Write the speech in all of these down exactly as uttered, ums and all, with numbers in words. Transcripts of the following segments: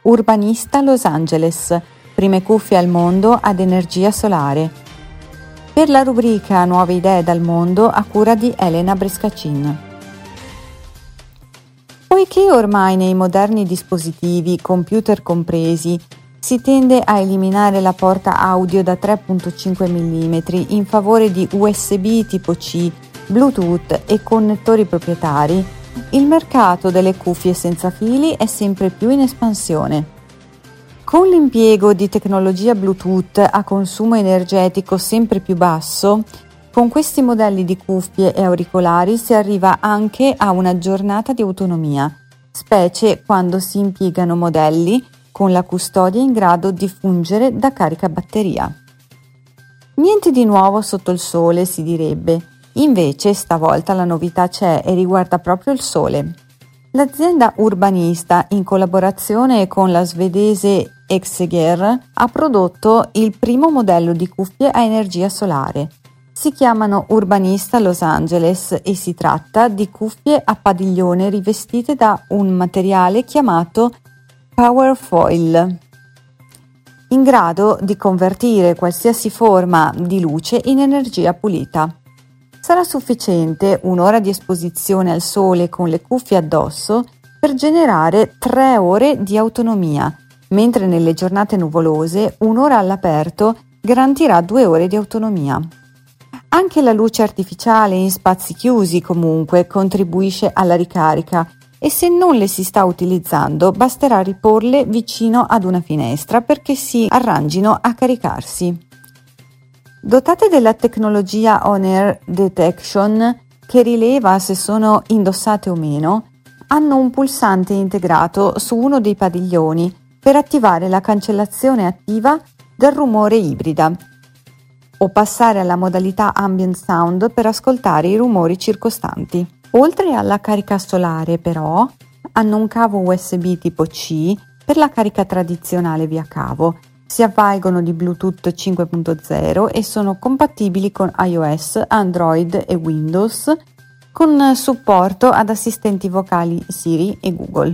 Urbanista Los Angeles, prime cuffie al mondo ad energia solare. Per la rubrica Nuove idee dal mondo a cura di Elena Brescacin. Poiché ormai nei moderni dispositivi, computer compresi, si tende a eliminare la porta audio da tre virgola cinque millimetri in favore di U S B tipo C, Bluetooth e connettori proprietari, il mercato delle cuffie senza fili è sempre più in espansione. Con l'impiego di tecnologia Bluetooth a consumo energetico sempre più basso, con questi modelli di cuffie e auricolari si arriva anche a una giornata di autonomia, specie quando si impiegano modelli con la custodia in grado di fungere da caricabatteria. Niente di nuovo sotto il sole, si direbbe, invece stavolta la novità c'è e riguarda proprio il sole. L'azienda Urbanista, in collaborazione con la svedese Exeger, ha prodotto il primo modello di cuffie a energia solare. Si chiamano Urbanista Los Angeles e si tratta di cuffie a padiglione rivestite da un materiale chiamato Powerfoil, in grado di convertire qualsiasi forma di luce in energia pulita. Sarà sufficiente un'ora di esposizione al sole con le cuffie addosso per generare tre ore di autonomia, mentre nelle giornate nuvolose un'ora all'aperto garantirà due ore di autonomia. Anche la luce artificiale in spazi chiusi comunque contribuisce alla ricarica e se non le si sta utilizzando basterà riporle vicino ad una finestra perché si arrangino a caricarsi. Dotate della tecnologia On-Air Detection che rileva se sono indossate o meno, hanno un pulsante integrato su uno dei padiglioni per attivare la cancellazione attiva del rumore ibrida o passare alla modalità ambient sound per ascoltare i rumori circostanti. Oltre alla carica solare, però, hanno un cavo U S B tipo C per la carica tradizionale via cavo, si avvalgono di Bluetooth cinque punto zero e sono compatibili con iOS, Android e Windows, con supporto ad assistenti vocali Siri e Google.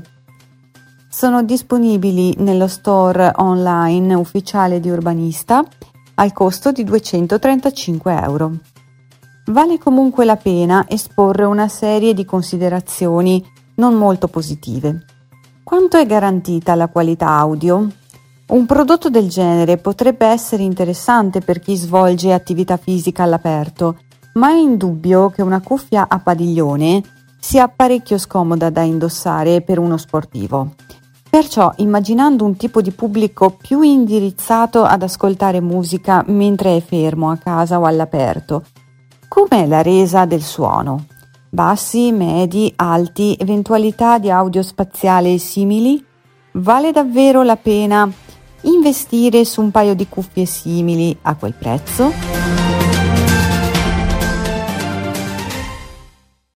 Sono disponibili nello store online ufficiale di Urbanista al costo di duecentotrentacinque euro. Vale comunque la pena esporre una serie di considerazioni non molto positive. Quanto è garantita la qualità audio? Un prodotto del genere potrebbe essere interessante per chi svolge attività fisica all'aperto, ma è indubbio che una cuffia a padiglione sia parecchio scomoda da indossare per uno sportivo. Perciò, immaginando un tipo di pubblico più indirizzato ad ascoltare musica mentre è fermo a casa o all'aperto, com'è la resa del suono? Bassi, medi, alti, eventualità di audio spaziale e simili? Vale davvero la pena investire su un paio di cuffie simili a quel prezzo?